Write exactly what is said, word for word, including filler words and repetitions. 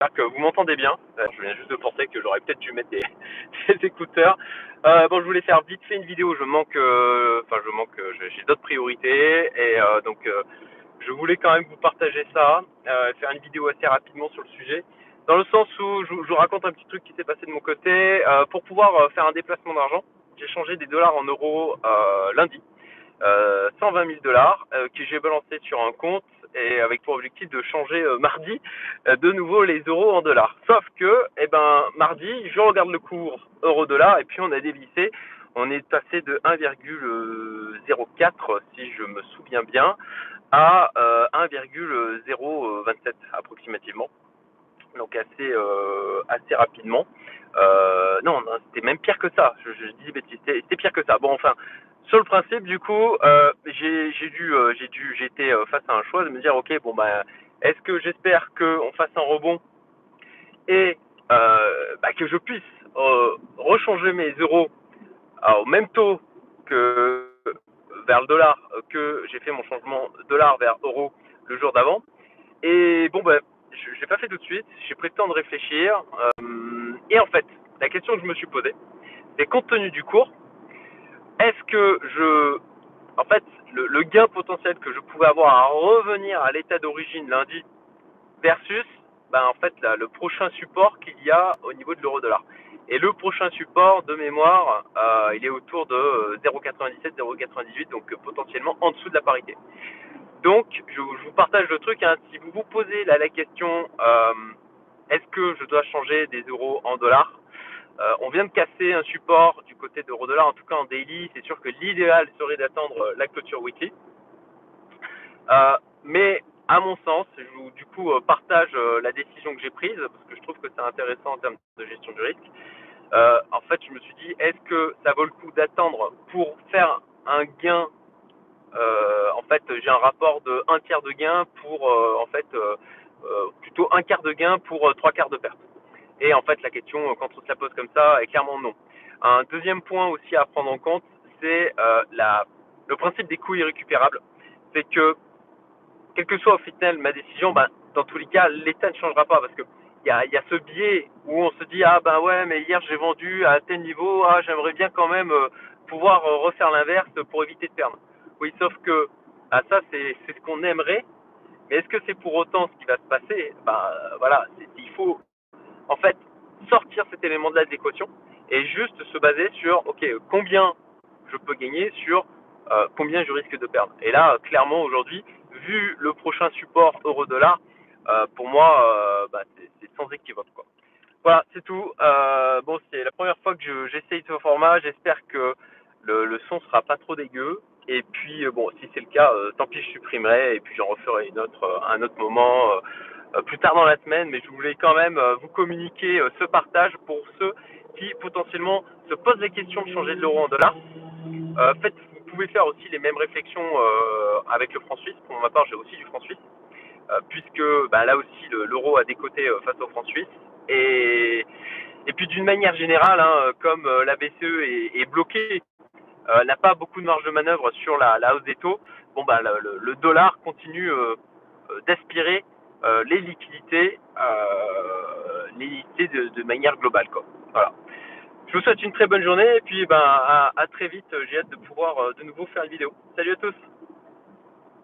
que vous m'entendez bien. Euh, je viens juste de penser que j'aurais peut-être dû mettre des, des écouteurs. Euh, bon, je voulais faire vite fait une vidéo. Je manque, euh, enfin, je manque, euh, j'ai d'autres priorités et euh, donc euh, je voulais quand même vous partager ça, euh, faire une vidéo assez rapidement sur le sujet, dans le sens où je, je vous raconte un petit truc qui s'est passé de mon côté. Euh, pour pouvoir euh, faire un déplacement d'argent, j'ai changé des dollars en euros euh, lundi. Euh, cent vingt mille dollars euh, que j'ai balancé sur un compte et avec pour objectif de changer euh, mardi euh, de nouveau les euros en dollars. Sauf que, eh ben, mardi, je regarde le cours euro-dollar et puis on a dévissé. On est passé de un virgule zéro quatre, si je me souviens bien, à euh, un virgule zéro vingt-sept approximativement. Donc assez euh, assez rapidement. Euh, non, non c'était même pire que ça. Je, je dis des bêtises. C'était pire que ça. Bon, enfin, sur le principe, du coup, euh, j'ai j'ai dû euh, j'ai dû j'étais face à un choix de me dire, ok, bon bah, est-ce que j'espère qu'on fasse un rebond et euh, bah, que je puisse euh, rechanger mes euros au même taux que vers le dollar, que j'ai fait mon changement dollar vers euro le jour d'avant. Et bon, ben, je n'ai pas fait tout de suite, j'ai pris le temps de réfléchir. Euh, et en fait, la question que je me suis posée, c'est compte tenu du cours, est-ce que je. En fait, le, le gain potentiel que je pouvais avoir à revenir à l'état d'origine lundi versus ben, en fait, là, le prochain support qu'il y a au niveau de l'euro-dollar. Et le prochain support, de mémoire, euh, il est autour de zéro virgule quatre-vingt-dix-sept, zéro virgule quatre-vingt-dix-huit, donc euh, potentiellement en dessous de la parité. Donc, je, je vous partage le truc. Hein. Si vous vous posez là la question, euh, est-ce que je dois changer des euros en dollars, euh, on vient de casser un support du côté d'euro-dollar, en tout cas en daily. C'est sûr que l'idéal serait d'attendre la clôture weekly. Euh, mais à mon sens, je vous du coup euh, partage euh, la décision que j'ai prise parce que je trouve que c'est intéressant en termes de gestion du risque. Euh, en fait, je me suis dit, est-ce que ça vaut le coup d'attendre pour faire un gain? Euh, en fait, j'ai un rapport de un tiers de gain pour, euh, en fait, euh, euh, plutôt un quart de gain pour euh, trois quarts de perte. Et en fait, la question, quand on se la pose comme ça, est clairement non. Un deuxième point aussi à prendre en compte, c'est euh, la, le principe des coûts irrécupérables. C'est que, quel que soit au final ma décision, ben, dans tous les cas, l'État ne changera pas parce que il y a, y a ce biais où on se dit ah ben ouais, mais hier j'ai vendu à tel niveau, ah j'aimerais bien quand même euh, pouvoir euh, refaire l'inverse pour éviter de perdre. Oui, sauf que ah, ça c'est c'est ce qu'on aimerait, mais est-ce que c'est pour autant ce qui va se passer? Ben voilà, c'est, il faut en fait sortir cet élément de l'adéquation et juste se baser sur ok combien je peux gagner sur euh, combien je risque de perdre. Et là clairement aujourd'hui, vu le prochain support euro-dollar, euh, pour moi euh, bah, c'est, c'est sans équivoque quoi. Voilà, c'est tout. Euh, bon, c'est la première fois que je, j'essaye ce format. J'espère que le, le son sera pas trop dégueu. Et puis, euh, bon, si c'est le cas, euh, tant pis, je supprimerai et puis j'en referai une autre, euh, un autre moment euh, euh, plus tard dans la semaine. Mais je voulais quand même euh, vous communiquer euh, ce partage pour ceux qui potentiellement se posent la question de changer de l'euro en dollars. Euh, faites, vous pouvez faire aussi les mêmes réflexions euh, avec le franc suisse. Pour ma part, j'ai aussi du franc suisse. Euh, puisque bah, là aussi le, l'euro a décoté euh, face au franc suisse. Et, et puis d'une manière générale, hein, comme euh, la B C E est, est bloquée, euh, n'a pas beaucoup de marge de manœuvre sur la, la hausse des taux, bon bah le, le dollar continue euh, euh, d'aspirer euh, les liquidités, euh, les liquidités de, de manière globale quoi. Voilà. Je vous souhaite une très bonne journée et puis ben à, à très vite. J'ai hâte de pouvoir euh, de nouveau faire une vidéo. Salut à tous.